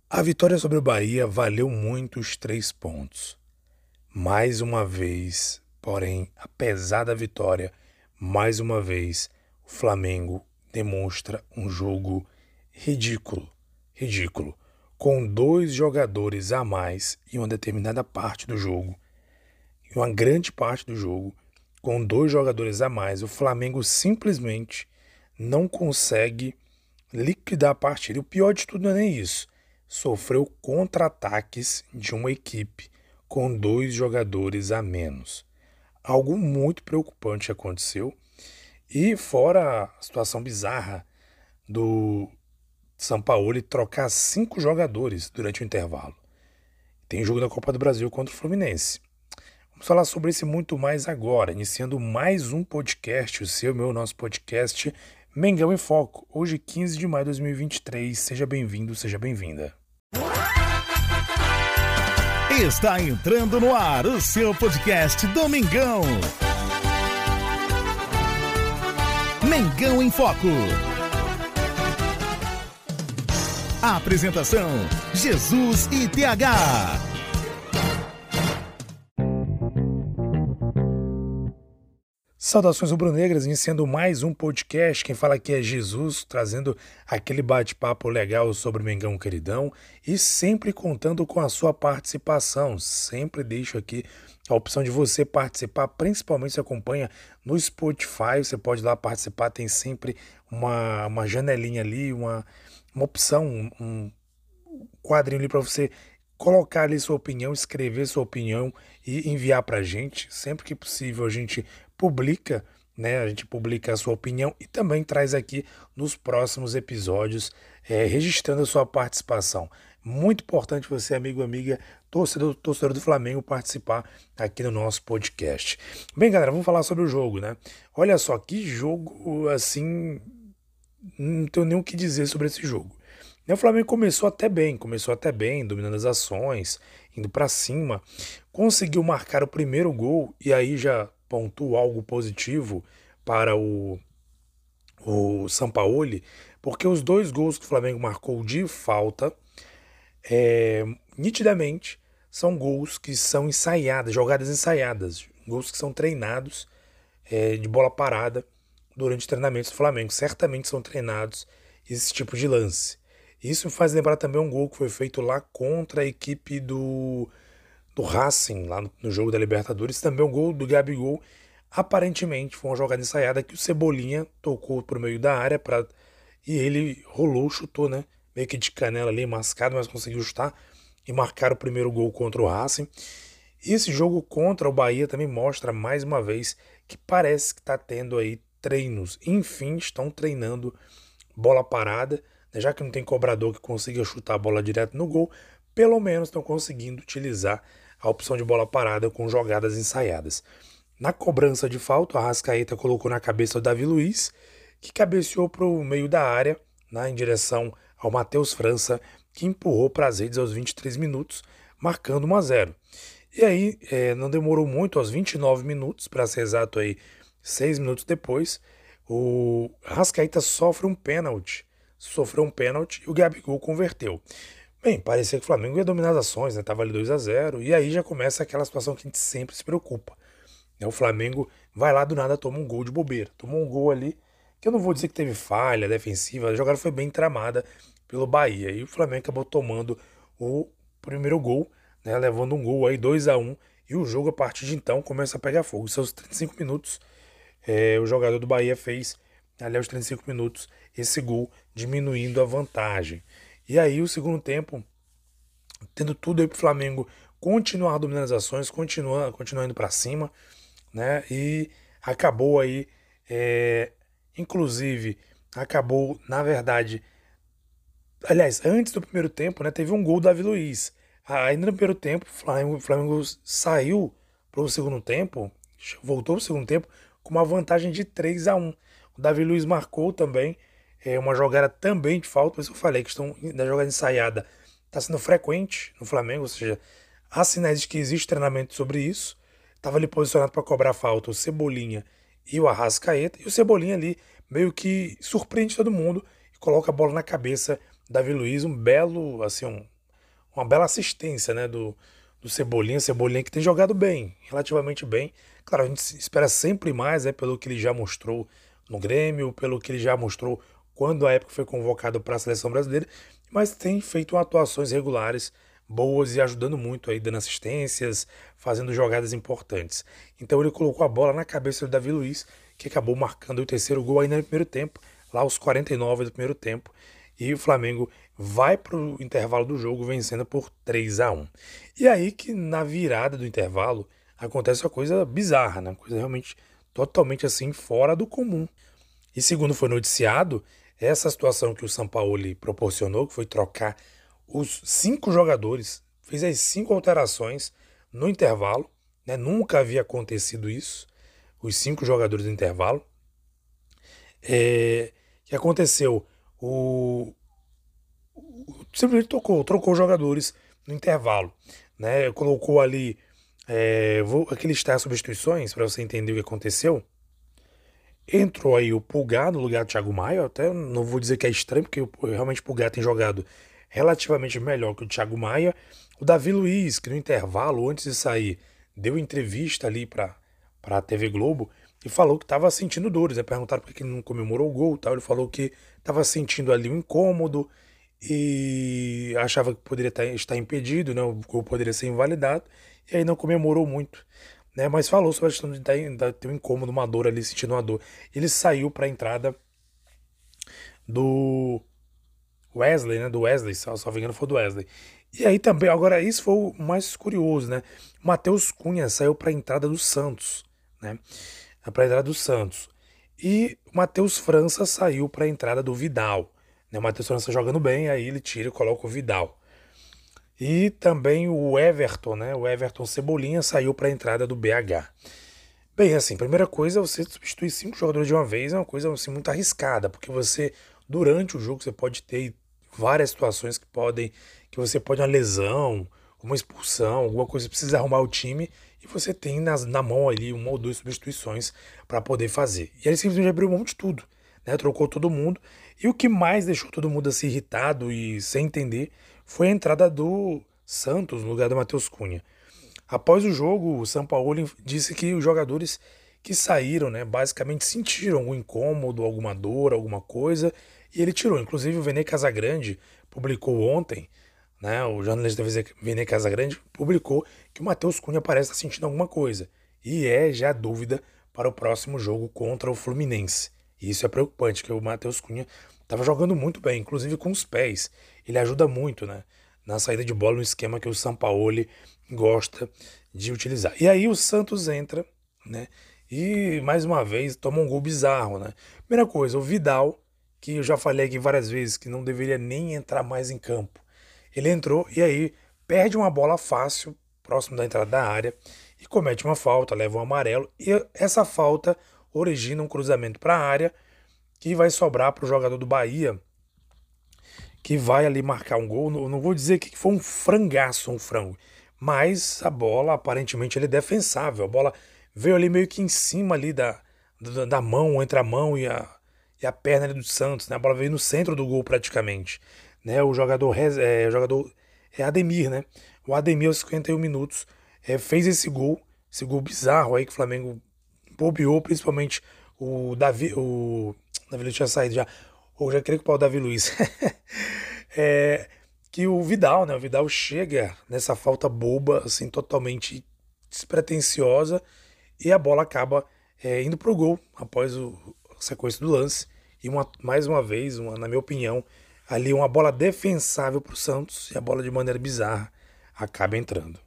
A vitória sobre o Bahia valeu muito os 3 pontos. Mais uma vez, porém, apesar da vitória, mais uma vez, o Flamengo demonstra um jogo ridículo. Ridículo. Com 2 jogadores a mais em uma determinada parte do jogo, em uma grande parte do jogo, com 2 jogadores a mais, o Flamengo simplesmente não consegue liquidar a partida. E o pior de tudo não é nem isso. Sofreu contra-ataques de uma equipe com 2 jogadores a menos. Algo muito preocupante aconteceu. E fora a situação bizarra do Sampaoli trocar 5 jogadores durante o intervalo. Tem jogo da Copa do Brasil contra o Fluminense. Vamos falar sobre isso muito mais agora, iniciando mais um podcast, o seu, meu, nosso podcast Mengão em Foco, hoje 15 de maio de 2023. Seja bem-vindo, seja bem-vinda. Está entrando no ar o seu podcast Domingão. Mengão em Foco. A apresentação: Jesus e TH. Saudações rubro-negras, iniciando mais um podcast. Quem fala aqui é Jesus, trazendo aquele bate-papo legal sobre o Mengão queridão e sempre contando com a sua participação. Sempre deixo aqui a opção de você participar, principalmente se acompanha no Spotify. Você pode ir lá participar, tem sempre uma janelinha ali, uma opção, um quadrinho ali para você colocar ali sua opinião, escrever sua opinião e enviar para a gente. Sempre que possível a gente publica, né? A gente publica a sua opinião e também traz aqui nos próximos episódios, registrando a sua participação. Muito importante você, amigo, amiga, torcedor do Flamengo, participar aqui no nosso podcast. Bem, galera, vamos falar sobre o jogo, né? Olha só, que jogo, assim, não tenho nem o que dizer sobre esse jogo. O Flamengo começou até bem, dominando as ações, indo para cima, conseguiu marcar o primeiro gol e aí já pontuou algo positivo para o Sampaoli, porque os 2 gols que o Flamengo marcou de falta, nitidamente, são gols que são ensaiadas, jogadas ensaiadas, gols que são treinados de bola parada durante treinamentos do Flamengo. Certamente são treinados esse tipo de lance. Isso me faz lembrar também um gol que foi feito lá contra a equipe do Racing, lá no jogo da Libertadores. Também um gol do Gabigol. Aparentemente foi uma jogada ensaiada que o Cebolinha tocou por meio da área e ele rolou, chutou, né? Meio que de canela ali, mascado, mas conseguiu chutar e marcar o primeiro gol contra o Racing. E esse jogo contra o Bahia também mostra mais uma vez que parece que está tendo aí treinos. Enfim, estão treinando bola parada, né? Já que não tem cobrador que consiga chutar a bola direto no gol, pelo menos estão conseguindo utilizar a opção de bola parada com jogadas ensaiadas. Na cobrança de falta, a Arrascaeta colocou na cabeça o Davi Luiz, que cabeceou para o meio da área, né, em direção ao Matheus França, que empurrou para as redes aos 23 minutos, marcando 1-0. E aí, não demorou muito, aos 29 minutos, para ser exato aí, 6 minutos depois, o Arrascaeta sofreu um pênalti e o Gabigol converteu. Bem, parecia que o Flamengo ia dominar as ações, né? Tava ali 2-0, e aí já começa aquela situação que a gente sempre se preocupa. O Flamengo vai lá do nada, toma um gol de bobeira. Tomou um gol ali, que eu não vou dizer que teve falha defensiva, a jogada foi bem tramada pelo Bahia. E o Flamengo acabou tomando o primeiro gol, né? Levando um gol aí, 2-1. E o jogo, a partir de então, começa a pegar fogo. Seus 35 minutos, o jogador do Bahia fez, ali aos 35 minutos, esse gol, diminuindo a vantagem. E aí, o segundo tempo, tendo tudo aí pro Flamengo continuar dominando as ações, continuar indo para cima, né? E acabou aí, inclusive, acabou, na verdade, aliás, antes do primeiro tempo, né, teve um gol do Davi Luiz. Ainda no primeiro tempo, o Flamengo saiu para o segundo tempo, voltou para o segundo tempo com uma vantagem de 3-1. O Davi Luiz marcou também, uma jogada também de falta, por isso que eu falei que da jogada ensaiada está sendo frequente no Flamengo, ou seja, há sinais de que existe treinamento sobre isso. Estava ali posicionado para cobrar falta o Cebolinha e o Arrascaeta, e o Cebolinha ali meio que surpreende todo mundo e coloca a bola na cabeça do Davi Luiz, um belo, assim, uma bela assistência, né, do Cebolinha. Cebolinha que tem jogado bem, relativamente bem. Claro, a gente espera sempre mais, né, pelo que ele já mostrou no Grêmio, pelo que ele já mostrou quando a época foi convocado para a seleção brasileira, mas tem feito atuações regulares, boas e ajudando muito aí, dando assistências, fazendo jogadas importantes. Então ele colocou a bola na cabeça do Davi Luiz, que acabou marcando o terceiro gol ainda no primeiro tempo, lá aos 49 do primeiro tempo, e o Flamengo vai para o intervalo do jogo vencendo por 3-1. E aí que na virada do intervalo acontece uma coisa bizarra, né? Uma coisa realmente totalmente assim fora do comum. E segundo foi noticiado, essa situação que o Sampaoli proporcionou, que foi trocar os 5 jogadores, fez as 5 alterações no intervalo, né? Nunca havia acontecido isso, os 5 jogadores do intervalo. Que aconteceu? Simplesmente trocou os jogadores no intervalo, né? Colocou ali, vou aqui listar as substituições para você entender o que aconteceu. Entrou aí o Pulgar no lugar do Thiago Maia. Até não vou dizer que é estranho, porque realmente o Pulgar tem jogado relativamente melhor que o Thiago Maia. O Davi Luiz, que no intervalo, antes de sair, deu entrevista ali para a TV Globo e falou que estava sentindo dores. Perguntaram por que ele não comemorou o gol e tal. Ele falou que estava sentindo ali um incômodo e achava que poderia estar impedido, né? O gol poderia ser invalidado, e aí não comemorou muito, né? Mas falou sobre a questão de ter um incômodo, uma dor ali, sentindo uma dor. Ele saiu para a entrada do Wesley, né? Do Wesley, se não me engano, foi do Wesley. E aí também, agora isso foi o mais curioso, né? Matheus Cunha saiu para a entrada do Santos, né? Para a entrada do Santos. E o Matheus França saiu para a entrada do Vidal, né? O Matheus França jogando bem, aí ele tira e coloca o Vidal. E também o Everton, né? O Everton Cebolinha saiu para a entrada do BH. Bem, assim, primeira coisa, você substituir 5 jogadores de uma vez é uma coisa assim, muito arriscada, porque você, durante o jogo, você pode ter várias situações que você pode uma lesão, uma expulsão, alguma coisa, precisa arrumar o time, e você tem na mão ali 1 ou 2 substituições para poder fazer. E ele simplesmente abriu mão de tudo, né? Trocou todo mundo, e o que mais deixou todo mundo assim irritado e sem entender foi a entrada do Santos no lugar do Matheus Cunha. Após o jogo, o Sampaoli disse que os jogadores que saíram, né, basicamente sentiram algum incômodo, alguma dor, alguma coisa, e ele tirou. Inclusive o Vene Casagrande publicou ontem, né, o jornalista Vene Casagrande publicou que o Matheus Cunha parece estar sentindo alguma coisa. E é já dúvida para o próximo jogo contra o Fluminense. E isso é preocupante, porque o Matheus Cunha estava jogando muito bem, inclusive com os pés. Ele ajuda muito, né, na saída de bola, no esquema que o Sampaoli gosta de utilizar. E aí o Santos entra, né? E mais uma vez toma um gol bizarro, né? Primeira coisa, o Vidal, que eu já falei aqui várias vezes que não deveria nem entrar mais em campo. Ele entrou e aí perde uma bola fácil, próximo da entrada da área, e comete uma falta, leva um amarelo, e essa falta origina um cruzamento para a área que vai sobrar para o jogador do Bahia, que vai ali marcar um gol. Não vou dizer que foi um frangaço, um frango, mas a bola aparentemente ele é defensável. A bola veio ali meio que em cima ali da mão, entre a mão e a perna ali do Santos, né? A bola veio no centro do gol praticamente, né? O jogador é Ademir, né? O Ademir aos 51 minutos fez esse gol bizarro aí que o Flamengo bobeou, principalmente o Davi Luiz tinha saído já. Ou já queria culpar o Davi Luiz. Que o Vidal, né? O Vidal chega nessa falta boba, assim, totalmente despretensiosa, e a bola acaba indo pro gol após a sequência do lance. E mais uma vez, na minha opinião, ali uma bola defensável pro Santos, e a bola de maneira bizarra acaba entrando.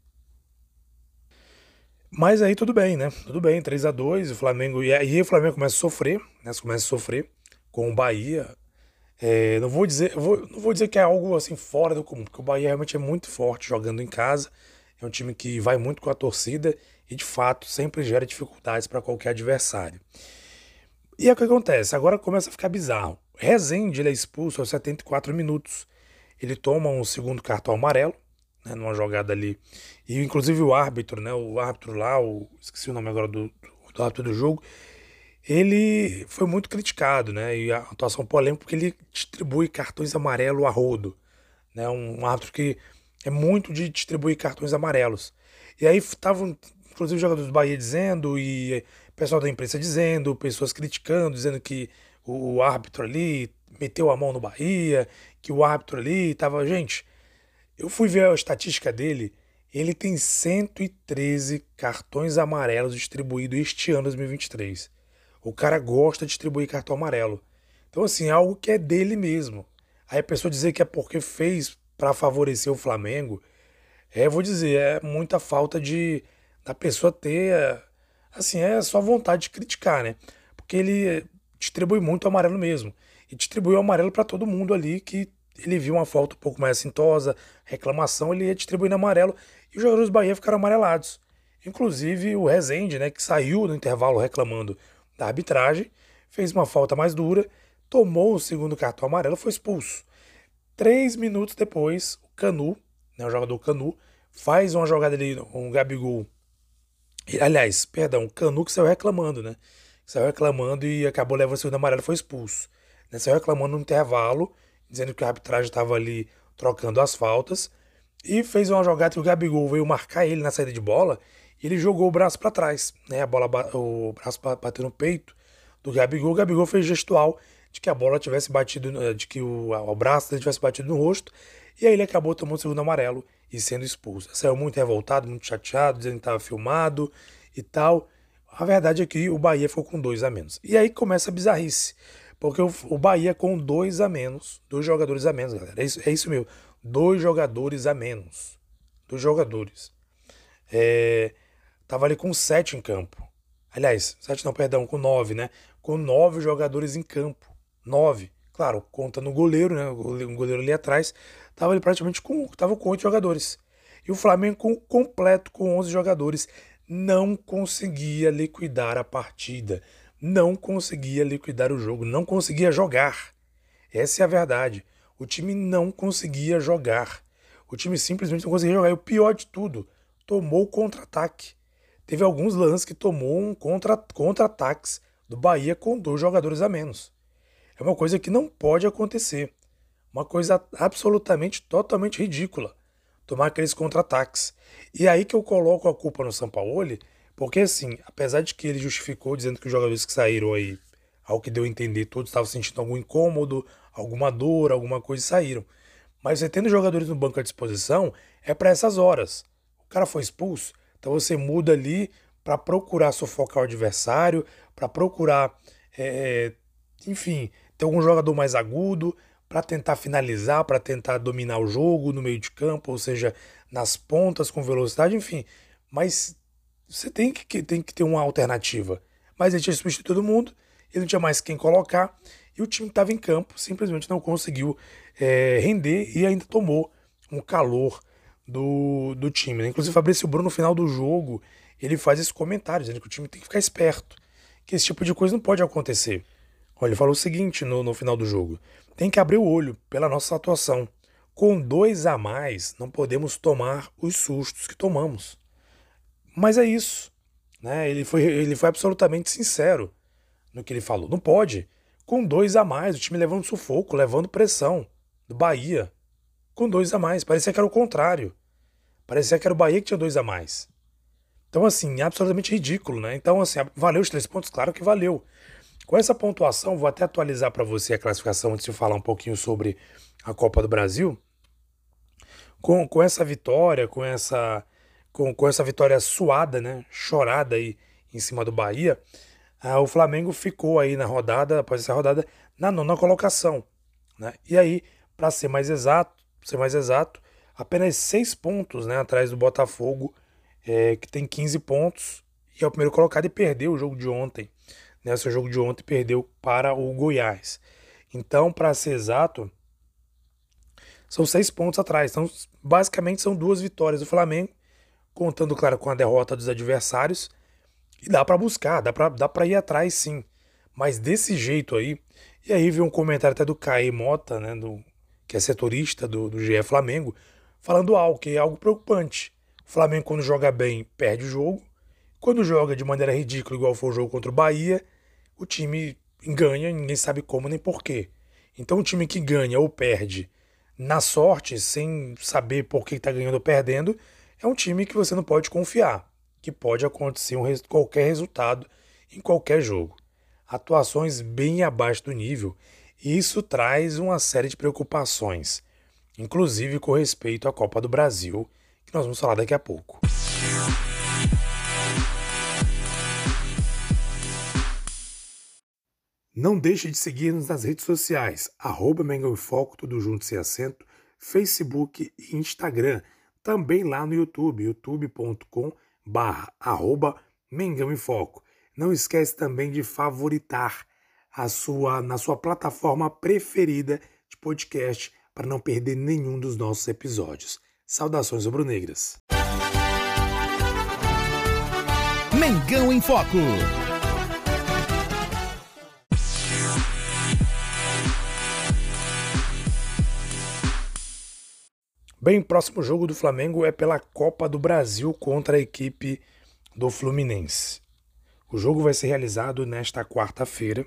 Mas aí tudo bem, né? Tudo bem, 3-2, o Flamengo. E aí o Flamengo começa a sofrer, né? Começa a sofrer com o Bahia. Não vou dizer, não vou dizer que é algo assim fora do comum, porque o Bahia realmente é muito forte jogando em casa. É um time que vai muito com a torcida e de fato sempre gera dificuldades para qualquer adversário. E é o que acontece, agora começa a ficar bizarro. Rezende, ele é expulso aos 74 minutos. Ele toma um segundo cartão amarelo, né, numa jogada ali. E inclusive o árbitro, né, o árbitro lá, esqueci o nome agora do árbitro do jogo, ele foi muito criticado, né, e a atuação polêmica porque ele distribui cartões amarelo a rodo, né, um árbitro que é muito de distribuir cartões amarelos. E aí estavam, inclusive, os jogadores do Bahia dizendo, e pessoal da imprensa dizendo, pessoas criticando, dizendo que o árbitro ali meteu a mão no Bahia, que o árbitro ali tava. Gente, eu fui ver a estatística dele, ele tem 113 cartões amarelos distribuídos este ano, 2023. O cara gosta de distribuir cartão amarelo. Então, assim, é algo que é dele mesmo. Aí a pessoa dizer que é porque fez para favorecer o Flamengo, vou dizer, é muita falta de da pessoa ter, assim, é só vontade de criticar, né? Porque ele distribui muito amarelo mesmo. E distribuiu amarelo para todo mundo ali que ele viu uma falta um pouco mais assintosa, reclamação, ele ia distribuindo amarelo e os jogadores do Bahia ficaram amarelados. Inclusive o Rezende, né, que saiu no intervalo reclamando da arbitragem, fez uma falta mais dura, tomou o segundo cartão amarelo, foi expulso. 3 minutos depois, o Canu, né, o jogador Canu, faz uma jogada ali, um Gabigol. Aliás, perdão, o Canu que saiu reclamando, né? Saiu reclamando e acabou levando o segundo amarelo, foi expulso. Né? Saiu reclamando no intervalo, dizendo que a arbitragem estava ali trocando as faltas. E fez uma jogada que o Gabigol veio marcar ele na saída de bola e ele jogou o braço para trás. Né? A bola, o braço bateu no peito do Gabigol. O Gabigol fez gestual de que a bola tivesse batido, de que o braço dele tivesse batido no rosto. E aí ele acabou tomando o segundo amarelo e sendo expulso. Saiu muito revoltado, muito chateado, dizendo que estava filmado e tal. A verdade é que o Bahia ficou com 2 a menos. E aí começa a bizarrice. Porque o Bahia com 2 a menos, 2 jogadores a menos, galera. É isso mesmo. 2 jogadores a menos. 2 jogadores. Tava ali com 7 em campo. Aliás, 7 não, perdão, com 9, né? Com 9 jogadores em campo. 9. Claro, conta no goleiro, né? O goleiro ali atrás. Tava ali praticamente tava com 8 jogadores. E o Flamengo completo com 11 jogadores não conseguia liquidar a partida. Não conseguia liquidar o jogo. Não conseguia jogar. Essa é a verdade. O time não conseguia jogar. O time simplesmente não conseguia jogar. E o pior de tudo, tomou contra-ataque. Teve alguns lances que tomou contra-ataques do Bahia com 2 jogadores a menos. É uma coisa que não pode acontecer. Uma coisa absolutamente, totalmente ridícula. Tomar aqueles contra-ataques. E aí que eu coloco a culpa no Sampaoli, porque assim, apesar de que ele justificou dizendo que os jogadores que saíram aí, ao que deu a entender, todos estavam sentindo algum incômodo, alguma dor, alguma coisa e saíram. Mas você tendo jogadores no banco à disposição, é para essas horas. O cara foi expulso, então você muda ali para procurar sufocar o adversário, para procurar, enfim, ter algum jogador mais agudo, para tentar finalizar, para tentar dominar o jogo no meio de campo, ou seja, nas pontas com velocidade, enfim. Mas você tem que ter uma alternativa. Mas ele tinha substituído todo mundo, ele não tinha mais quem colocar, e o time que estava em campo simplesmente não conseguiu render e ainda tomou um calor do time. Né? Inclusive, o Fabrício Bruno, no final do jogo, ele faz esse comentário, dizendo que o time tem que ficar esperto, que esse tipo de coisa não pode acontecer. Olha, ele falou o seguinte no final do jogo: tem que abrir o olho pela nossa atuação. Com 2 a mais, não podemos tomar os sustos que tomamos. Mas é isso. Né? Ele foi absolutamente sincero no que ele falou. Não pode. Com 2 a mais, o time levando sufoco, levando pressão do Bahia. Com 2 a mais. Parecia que era o contrário. Parecia que era o Bahia que tinha 2 a mais. Então, assim, absolutamente ridículo, né? Então, assim, valeu os 3 pontos? Claro que valeu. Com essa pontuação, vou até atualizar para você a classificação antes de falar um pouquinho sobre a Copa do Brasil. Com essa vitória, com essa vitória suada, né? Chorada aí em cima do Bahia, o Flamengo ficou aí na rodada, após essa rodada, na 9ª colocação. Né? E aí, para ser mais exato, apenas 6 pontos, né, atrás do Botafogo, que tem 15 pontos, e é o primeiro colocado e perdeu o jogo de ontem. Né? Seu jogo de ontem perdeu para o Goiás. Então, para ser exato, são 6 pontos atrás. Então, basicamente, são 2 vitórias do Flamengo, contando, claro, com a derrota dos adversários. E dá para buscar, dá para ir atrás, sim. Mas desse jeito aí. E aí veio um comentário até do Caê Mota, né, que é setorista do GE Flamengo, falando algo que é algo preocupante. O Flamengo, quando joga bem, perde o jogo. Quando joga de maneira ridícula, igual foi o jogo contra o Bahia, o time ganha, ninguém sabe como nem porquê. Então o time que ganha ou perde na sorte, sem saber por que está ganhando ou perdendo, é um time que você não pode confiar, que pode acontecer qualquer resultado em qualquer jogo. Atuações bem abaixo do nível, e isso traz uma série de preocupações, inclusive com respeito à Copa do Brasil, que nós vamos falar daqui a pouco. Não deixe de seguir-nos nas redes sociais, @Mengão em Foco, tudo junto sem acento, Facebook e Instagram. Também lá no YouTube, youtube.com/@Mengão em Foco. Não esquece também de favoritar na sua plataforma preferida de podcast para não perder nenhum dos nossos episódios. Saudações rubro-negras. Mengão em Foco. Bem, o próximo jogo do Flamengo é pela Copa do Brasil contra a equipe do Fluminense. O jogo vai ser realizado nesta quarta-feira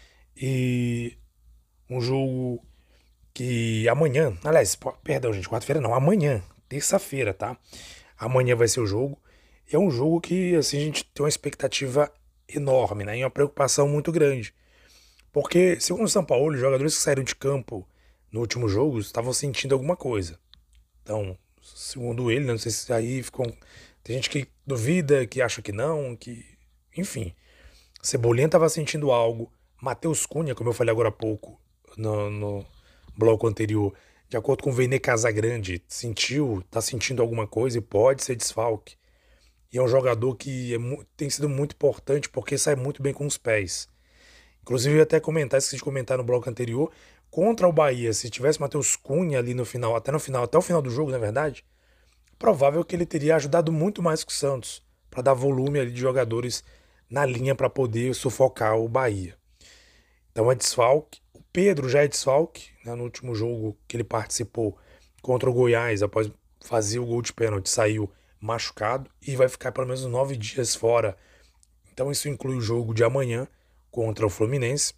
e um jogo que amanhã, aliás, perdão gente, quarta-feira não, amanhã, terça-feira, tá? Amanhã vai ser o jogo. É um jogo que assim, a gente tem uma expectativa enorme, né? E uma preocupação muito grande. Porque, segundo o São Paulo, os jogadores que saíram de campo no último jogo estavam sentindo alguma coisa. Então, segundo ele, não sei se aí ficou. Tem gente que duvida, que acha que não, que. Enfim. Cebolinha estava sentindo algo. Matheus Cunha, como eu falei agora há pouco, no bloco anterior, de acordo com o Vene Casagrande, tá sentindo alguma coisa e pode ser desfalque. E é um jogador que tem sido muito importante porque sai muito bem com os pés. Inclusive, eu ia até comentar, esqueci de comentar no bloco anterior, contra o Bahia, se tivesse Matheus Cunha ali no final, até o final do jogo, na verdade, provável que ele teria ajudado muito mais que o Santos, para dar volume ali de jogadores na linha para poder sufocar o Bahia. Então é desfalque. O Pedro já é desfalque, né, no último jogo que ele participou contra o Goiás, após fazer o gol de pênalti, saiu machucado e vai ficar pelo menos 9 dias fora. Então isso inclui o jogo de amanhã contra o Fluminense.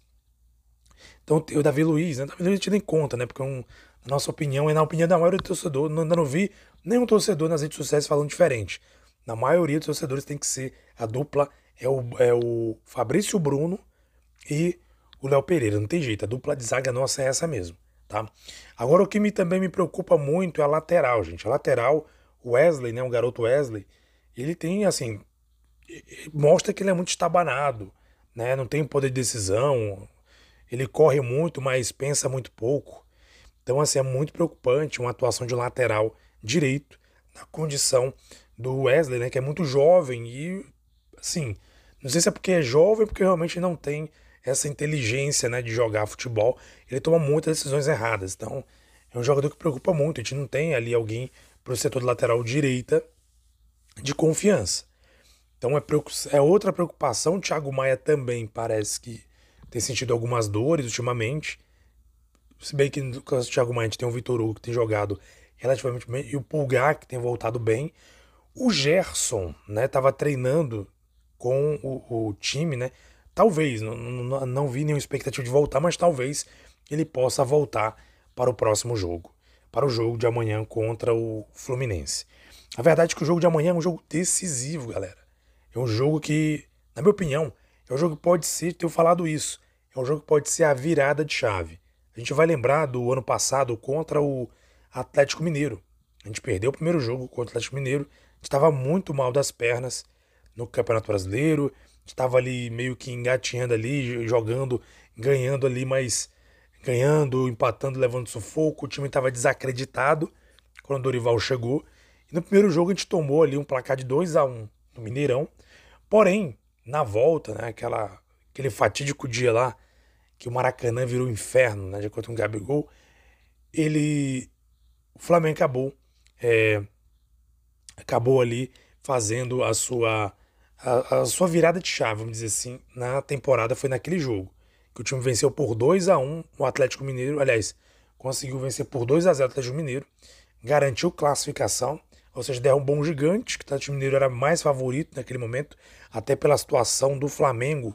Então o Davi Luiz, né? Davi Luiz a gente nem conta, né? Porque na nossa opinião e na opinião da maioria do torcedor, ainda não vi nenhum torcedor nas redes sociais falando diferente. Na maioria dos torcedores tem que ser a dupla, é o Fabrício Bruno e o Léo Pereira, não tem jeito, a dupla de zaga nossa é essa mesmo, tá? Agora o que também me preocupa muito é a lateral, gente. A lateral, o Wesley, né? O garoto Wesley, ele tem, assim, mostra que ele é muito estabanado, né? Não tem poder de decisão. Ele corre muito, mas pensa muito pouco. Então, assim, é muito preocupante uma atuação de lateral direito na condição do Wesley, né? Que é muito jovem e, assim, não sei se é porque é jovem ou porque realmente não tem essa inteligência, né, de jogar futebol. Ele toma muitas decisões erradas. Então, é um jogador que preocupa muito. A gente não tem ali alguém para o setor de lateral direita de confiança. Então, é outra preocupação. O Thiago Maia também parece que tem sentido algumas dores ultimamente. Se bem que no caso do Thiago Maia a gente tem o Vitor Hugo que tem jogado relativamente bem e o Pulgar que tem voltado bem. O Gerson, né, estava treinando com o time, né? Talvez, não vi nenhuma expectativa de voltar, mas talvez ele possa voltar para o próximo jogo, para o jogo de amanhã contra o Fluminense. A verdade é que o jogo de amanhã é um jogo decisivo, galera. É um jogo que, na minha opinião, é um jogo que pode ser, tenho falado isso, é um jogo que pode ser a virada de chave. A gente vai lembrar do ano passado contra o Atlético Mineiro. A gente perdeu o primeiro jogo contra o Atlético Mineiro, a gente estava muito mal das pernas no Campeonato Brasileiro, a gente estava ali meio que engatinhando ali, jogando, ganhando ali, mas ganhando, empatando, levando sufoco, o time estava desacreditado quando o Dorival chegou. E no primeiro jogo a gente tomou ali um placar de 2-1 no Mineirão, porém, na volta, né, aquele fatídico dia lá, que o Maracanã virou um inferno, né, de acordo com o Gabigol, o Flamengo acabou ali fazendo a sua virada de chave, vamos dizer assim, na temporada, foi naquele jogo, que o time venceu por 2-1 o Atlético Mineiro, aliás, conseguiu vencer por 2-0 o Atlético Mineiro, garantiu classificação, ou seja, derrubou um gigante, que o Atlético Mineiro era mais favorito naquele momento, até pela situação do Flamengo,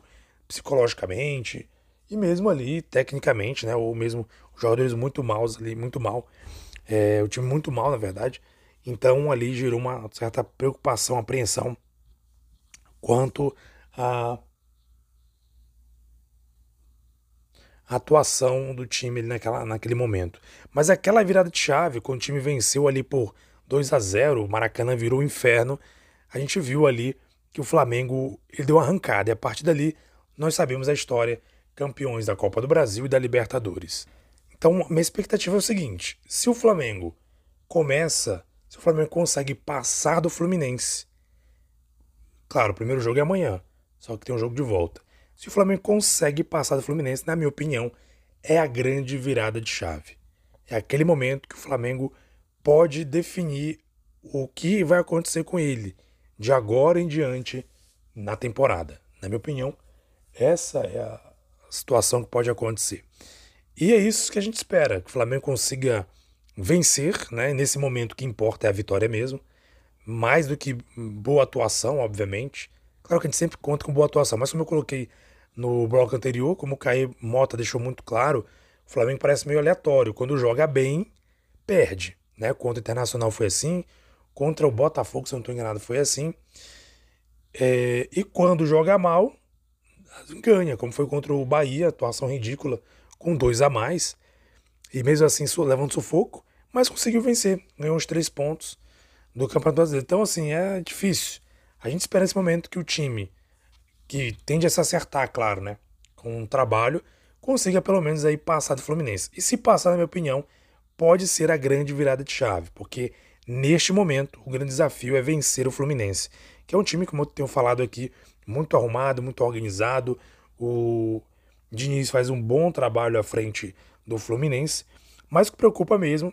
psicologicamente, e mesmo ali, tecnicamente, né, ou mesmo os jogadores muito maus ali, muito mal. o time muito mal, na verdade. Então ali gerou uma certa preocupação, apreensão quanto à atuação do time naquele momento. Mas aquela virada de chave, quando o time venceu ali por 2-0, o Maracanã virou um inferno, a gente viu ali que o Flamengo ele deu uma arrancada. E a partir dali, nós sabemos a história, campeões da Copa do Brasil e da Libertadores. Então, minha expectativa é o seguinte, se o Flamengo consegue passar do Fluminense, claro, o primeiro jogo é amanhã, só que tem um jogo de volta. Se o Flamengo consegue passar do Fluminense, na minha opinião, é a grande virada de chave. É aquele momento que o Flamengo pode definir o que vai acontecer com ele de agora em diante na temporada. Na minha opinião, essa é a situação que pode acontecer. E é isso que a gente espera, que o Flamengo consiga vencer, né? Nesse momento que importa é a vitória mesmo, mais do que boa atuação, obviamente. Claro que a gente sempre conta com boa atuação, mas como eu coloquei no bloco anterior, como o Caê Mota deixou muito claro, o Flamengo parece meio aleatório. Quando joga bem, perde, né? Contra o Internacional foi assim, contra o Botafogo, se eu não estou enganado, foi assim. E quando joga mal, ganha, como foi contra o Bahia, atuação ridícula, com 2 a mais. E mesmo assim levando sufoco, mas conseguiu vencer, ganhou os 3 pontos do Campeonato Brasileiro. Então, assim, é difícil. A gente espera nesse momento que o time, que tende a se acertar, claro, né, com um trabalho, consiga pelo menos aí passar do Fluminense. E se passar, na minha opinião, pode ser a grande virada de chave, porque neste momento o grande desafio é vencer o Fluminense, que é um time, como eu tenho falado aqui, muito arrumado, muito organizado. O Diniz faz um bom trabalho à frente do Fluminense, mas o que preocupa mesmo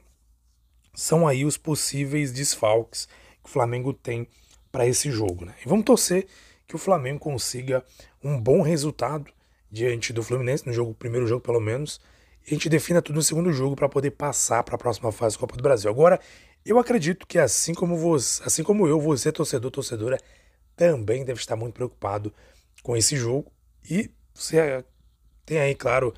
são aí os possíveis desfalques que o Flamengo tem para esse jogo, né? E vamos torcer que o Flamengo consiga um bom resultado diante do Fluminense, no primeiro jogo pelo menos, e a gente defina tudo no segundo jogo para poder passar para a próxima fase da Copa do Brasil. Agora, eu acredito que assim como eu, você, torcedora, também deve estar muito preocupado com esse jogo, e você tem aí, claro,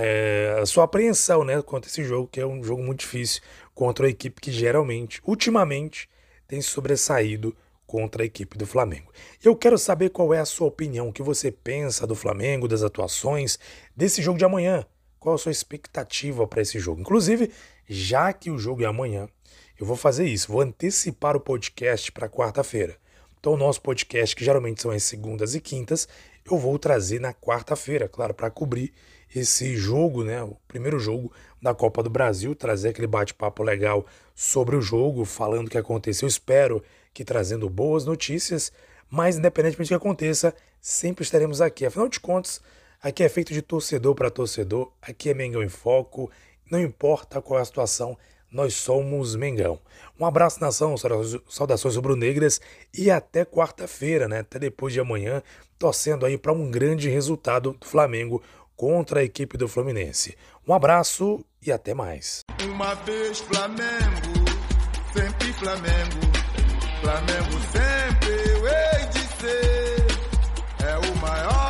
a sua apreensão, né, quanto a esse jogo, que é um jogo muito difícil contra a equipe que geralmente, ultimamente, tem sobressaído contra a equipe do Flamengo. Eu quero saber qual é a sua opinião, o que você pensa do Flamengo, das atuações, desse jogo de amanhã. Qual a sua expectativa para esse jogo? Inclusive, já que o jogo é amanhã, eu vou fazer isso, vou antecipar o podcast para quarta-feira. Então, o nosso podcast, que geralmente são as segundas e quintas, eu vou trazer na quarta-feira, claro, para cobrir esse jogo, né, o primeiro jogo da Copa do Brasil, trazer aquele bate-papo legal sobre o jogo, falando o que aconteceu. Eu espero que trazendo boas notícias, mas independentemente do que aconteça, sempre estaremos aqui. Afinal de contas, aqui é feito de torcedor para torcedor, aqui é Mengão em Foco, não importa qual é a situação, nós somos Mengão. Um abraço, nação, saudações rubro-negras e até quarta-feira, né? Até depois de amanhã, torcendo aí para um grande resultado do Flamengo contra a equipe do Fluminense. Um abraço e até mais. Uma vez Flamengo, sempre Flamengo, Flamengo sempre eu hei de ser, é o maior